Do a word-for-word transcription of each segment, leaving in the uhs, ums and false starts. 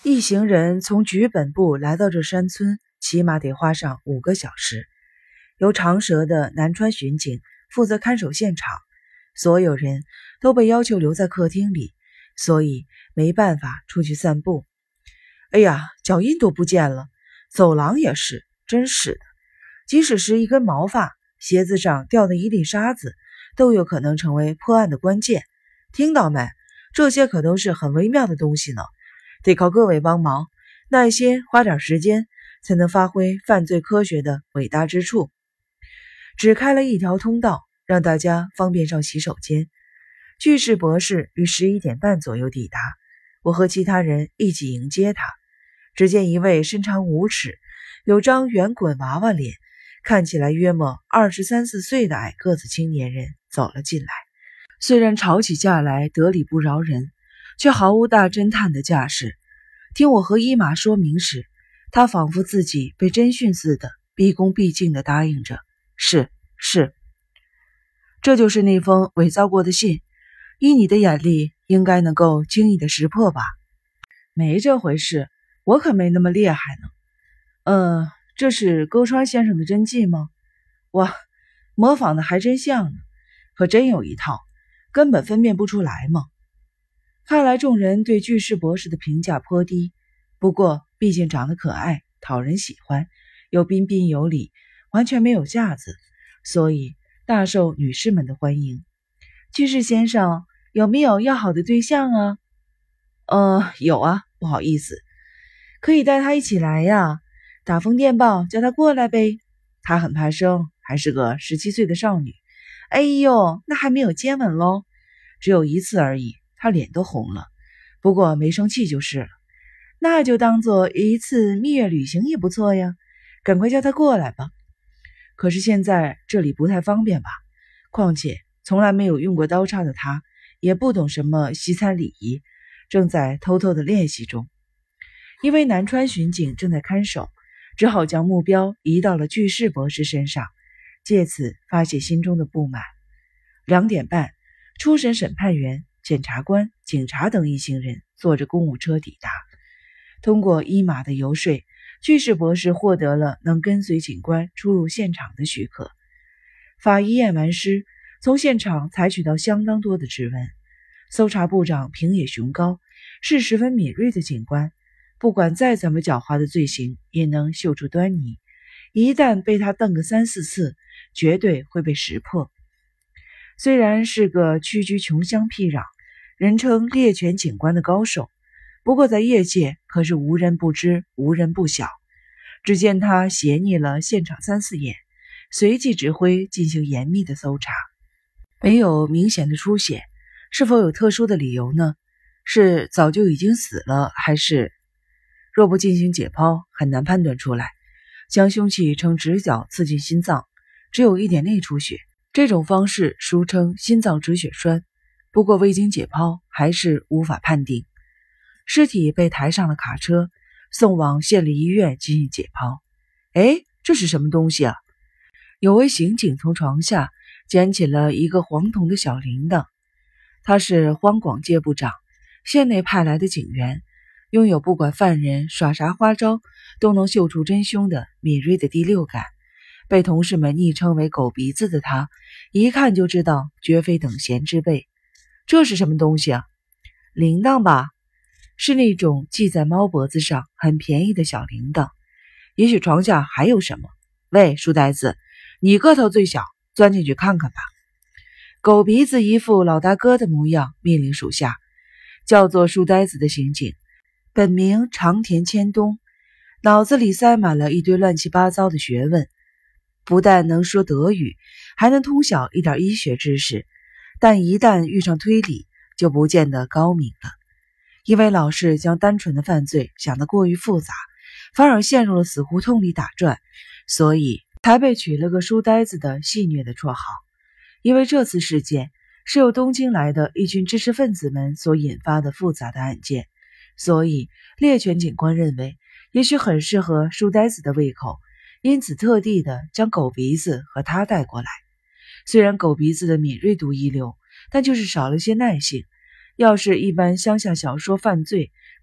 一行人从局本部来到这山村，起码得花上五个小时。由长蛇的南川巡警负责看守现场，所有人都被要求留在客厅里，所以没办法出去散步。哎呀，脚印都不见了，走廊也是，真是的。即使是一根毛发，鞋子上掉的一粒沙子，都有可能成为破案的关键。听到没？这些可都是很微妙的东西呢，得靠各位帮忙，耐心花点时间，才能发挥犯罪科学的伟大之处。只开了一条通道，让大家方便上洗手间。巨士博士于十一点半左右抵达，我和其他人一起迎接他。只见一位身长五尺，有张圆滚娃娃脸，看起来约莫二十三四岁的矮个子青年人走了进来。虽然吵起架来得理不饶人，却毫无大侦探的架势。听我和伊玛说明时，他仿佛自己被侦讯似的，毕恭毕敬地答应着：是是。这就是那封伪造过的信，依你的眼力，应该能够轻易地识破吧？没这回事，我可没那么厉害呢。呃，这是沟川先生的真迹吗？哇，模仿的还真像呢，可真有一套，根本分辨不出来嘛。看来众人对巨士博士的评价颇低，不过毕竟长得可爱，讨人喜欢，又彬彬有礼，完全没有架子，所以大受女士们的欢迎。巨士先生，有没有要好的对象啊？呃，有啊，不好意思。可以带他一起来呀，打封电报叫他过来呗。他很怕生，还是个十七岁的少女。哎呦，那还没有接吻咯，只有一次而已，他脸都红了，不过没生气就是了。那就当做一次蜜月旅行也不错呀，赶快叫他过来吧。可是现在这里不太方便吧，况且从来没有用过刀叉的他，也不懂什么西餐礼仪，正在偷偷的练习中。因为南川巡警正在看守，只好将目标移到了巨士博士身上，借此发泄心中的不满。两点半，初审审判员、检察官、警察等一行人坐着公务车抵达。通过伊玛的游说，巨士博士获得了能跟随警官出入现场的许可。法医验完尸，从现场采取到相当多的指纹。搜查部长平野雄高是十分敏锐的警官，不管再怎么狡猾的罪行，也能嗅出端倪。一旦被他瞪个三四次，绝对会被识破。虽然是个屈居穷乡僻壤，人称猎犬警官的高手，不过在业界可是无人不知，无人不晓。只见他斜睨了现场三四眼，随即指挥进行严密的搜查。没有明显的出血，是否有特殊的理由呢？是早就已经死了，还是……若不进行解剖，很难判断出来。将凶器呈直角刺进心脏，只有一点内出血，这种方式俗称心脏止血栓，不过未经解剖还是无法判定。尸体被抬上了卡车，送往县立医院进行解剖。哎，这是什么东西啊？有位刑警从床下捡起了一个黄铜的小铃铛。他是荒广介部长，县内派来的警员，拥有不管犯人耍啥花招都能嗅出真凶的敏锐的第六感。被同事们昵称为狗鼻子的他，一看就知道绝非等闲之辈。这是什么东西啊？铃铛吧，是那种系在猫脖子上很便宜的小铃铛。也许床下还有什么。喂，书呆子，你个头最小，钻进去看看吧。狗鼻子一副老大哥的模样，命令属下。叫做书呆子的刑警本名长田千冬，脑子里塞满了一堆乱七八糟的学问，不但能说德语，还能通晓一点医学知识，但一旦遇上推理，就不见得高明了。因为老是将单纯的犯罪想得过于复杂，反而陷入了死胡同里打转，所以才被取了个书呆子的戏谑的绰号。因为这次事件是由东京来的一群知识分子们所引发的复杂的案件，所以猎犬警官认为也许很适合书呆子的胃口，因此特地的将狗鼻子和他带过来。虽然狗鼻子的敏锐度一流，但就是少了些耐性。要是一般乡下小说犯罪，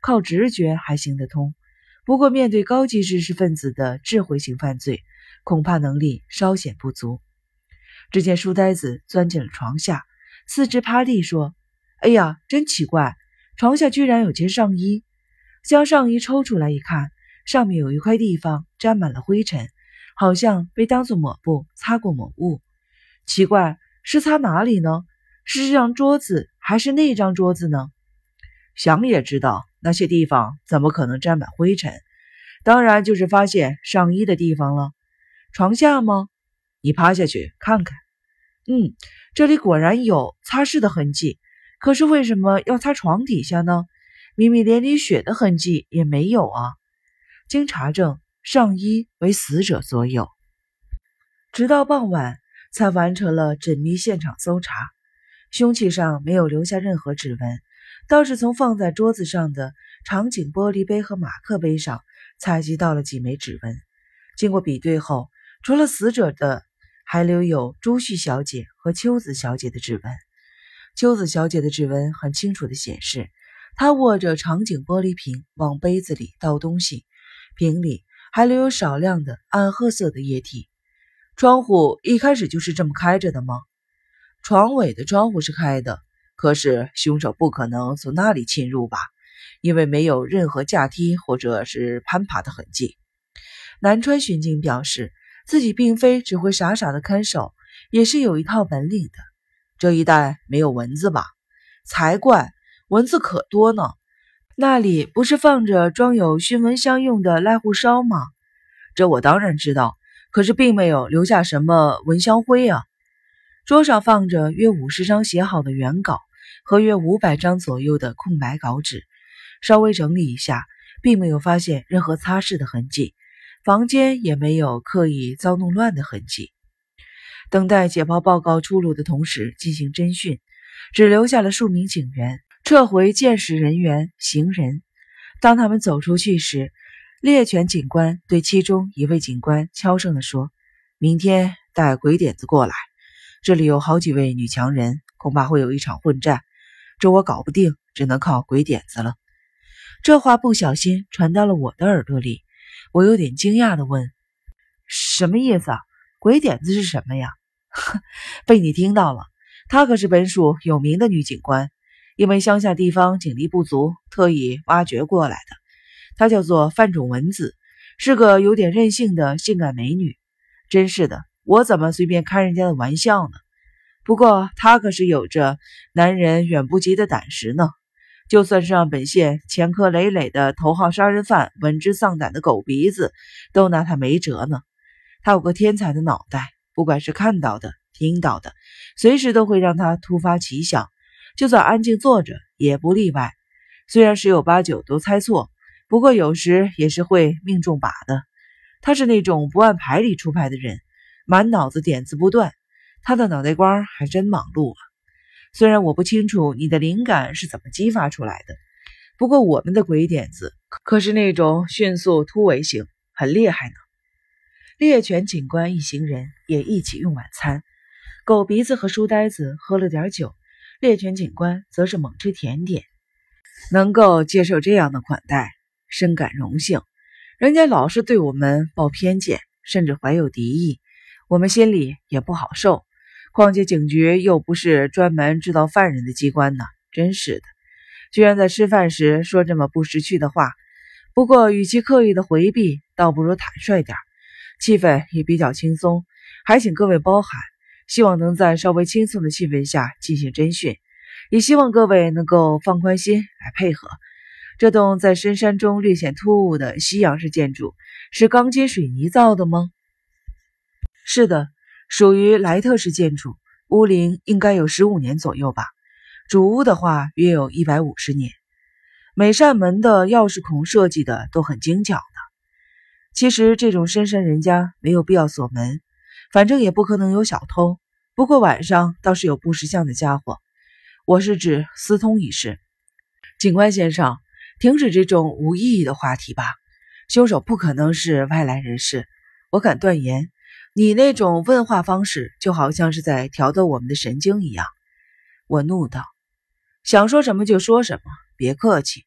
靠直觉还行得通，不过面对高级知识分子的智慧型犯罪，恐怕能力稍显不足。只见书呆子钻进了床下，四肢趴地说：“哎呀，真奇怪，床下居然有件上衣。”将上衣抽出来一看，上面有一块地方沾满了灰尘，好像被当作抹布擦过某物。奇怪，是擦哪里呢？是这张桌子还是那张桌子呢？想也知道，那些地方怎么可能沾满灰尘？当然就是发现上衣的地方了。床下吗？你趴下去看看。嗯，这里果然有擦拭的痕迹，可是为什么要擦床底下呢？明明连滴血的痕迹也没有啊！经查证，上衣为死者所有。直到傍晚才完成了缜密现场搜查，凶器上没有留下任何指纹，倒是从放在桌子上的长颈玻璃杯和马克杯上采集到了几枚指纹。经过比对后，除了死者的，还留有朱旭小姐和秋子小姐的指纹。秋子小姐的指纹很清楚地显示，她握着长颈玻璃瓶往杯子里倒东西，瓶里还留有少量的暗褐色的液体。窗户一开始就是这么开着的吗？床尾的窗户是开的，可是凶手不可能从那里侵入吧，因为没有任何架梯或者是攀爬的痕迹。南川巡警表示，自己并非只会傻傻的看守，也是有一套本领的。这一带没有蚊子吧？才怪，蚊子可多呢。那里不是放着装有熏蚊香用的濑户烧吗？这我当然知道，可是并没有留下什么蚊香灰啊。桌上放着约五十张写好的原稿和约五百张左右的空白稿纸，稍微整理一下，并没有发现任何擦拭的痕迹，房间也没有刻意糟弄乱的痕迹。等待解剖报告出炉的同时进行侦讯，只留下了数名警员，撤回鉴识人员、行人。当他们走出去时，猎犬警官对其中一位警官悄声地说：“明天带鬼点子过来，这里有好几位女强人，恐怕会有一场混战，这我搞不定，只能靠鬼点子了。”这话不小心传到了我的耳朵里，我有点惊讶地问：“什么意思啊？鬼点子是什么呀？”被你听到了，她可是本属有名的女警官，因为乡下地方警力不足，特意挖掘过来的。她叫做范种文子，是个有点任性的性感美女。真是的，我怎么随便开人家的玩笑呢？不过她可是有着男人远不及的胆识呢，就算是让本县前科累累的头号杀人犯闻之丧胆的狗鼻子，都拿她没辙呢。她有个天才的脑袋，不管是看到的、听到的，随时都会让他突发奇想，就算安静坐着也不例外。虽然十有八九都猜错，不过有时也是会命中靶的。他是那种不按牌理出牌的人，满脑子点子不断，他的脑袋瓜还真忙碌啊。虽然我不清楚你的灵感是怎么激发出来的，不过我们的鬼点子可是那种迅速突围型，很厉害呢。猎犬警官一行人也一起用晚餐，狗鼻子和书呆子喝了点酒，猎犬警官则是猛吃甜点。能够接受这样的款待，深感荣幸。人家老是对我们抱偏见，甚至怀有敌意，我们心里也不好受。况且警局又不是专门知道犯人的机关呢，真是的，居然在吃饭时说这么不识趣的话。不过与其刻意的回避，倒不如坦率点，气氛也比较轻松，还请各位包涵，希望能在稍微轻松的气氛下进行侦讯，也希望各位能够放宽心来配合。这栋在深山中略显突兀的西洋式建筑是钢筋水泥造的吗？是的，属于莱特式建筑，屋龄应该有十五年左右吧，主屋的话约有一百五十年。每扇门的钥匙孔设计的都很精巧的。其实这种深山人家没有必要锁门，反正也不可能有小偷，不过晚上倒是有不识相的家伙。我是指私通一事。警官先生，停止这种无意义的话题吧，凶手不可能是外来人士，我敢断言，你那种问话方式就好像是在挑逗我们的神经一样。我怒道，想说什么就说什么，别客气，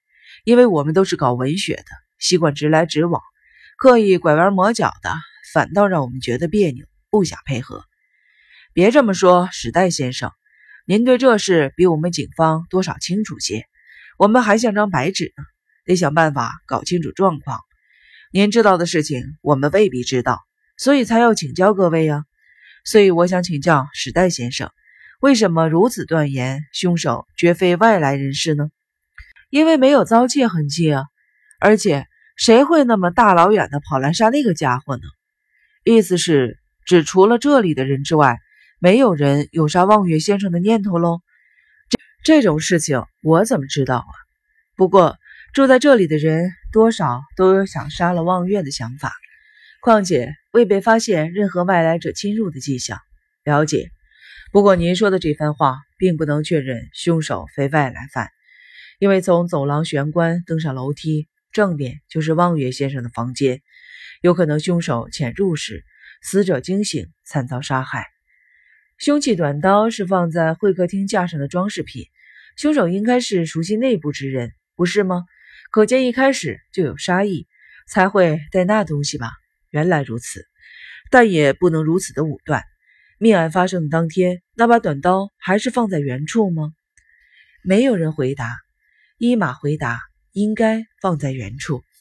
因为我们都是搞文学的，习惯直来直往，刻意拐弯抹角的，反倒让我们觉得别扭，不想配合。别这么说，史代先生，您对这事比我们警方多少清楚些，我们还像张白纸呢，得想办法搞清楚状况。您知道的事情，我们未必知道，所以才要请教各位啊。所以我想请教史代先生，为什么如此断言凶手绝非外来人士呢？因为没有遭窃痕迹啊，而且谁会那么大老远的跑来杀那个家伙呢？意思是，只除了这里的人之外，没有人有杀望月先生的念头喽？这这种事情我怎么知道啊？不过住在这里的人多少都有想杀了望月的想法，况且未被发现任何外来者侵入的迹象。了解。不过您说的这番话并不能确认凶手非外来犯，因为从走廊玄关登上楼梯，正面就是望月先生的房间，有可能凶手潜入时，死者惊醒，惨遭杀害。凶器短刀是放在会客厅架上的装饰品，凶手应该是熟悉内部之人，不是吗？可见一开始就有杀意，才会带那东西吧？原来如此，但也不能如此的武断。命案发生的当天，那把短刀还是放在原处吗？没有人回答。伊玛回答，应该放在原处。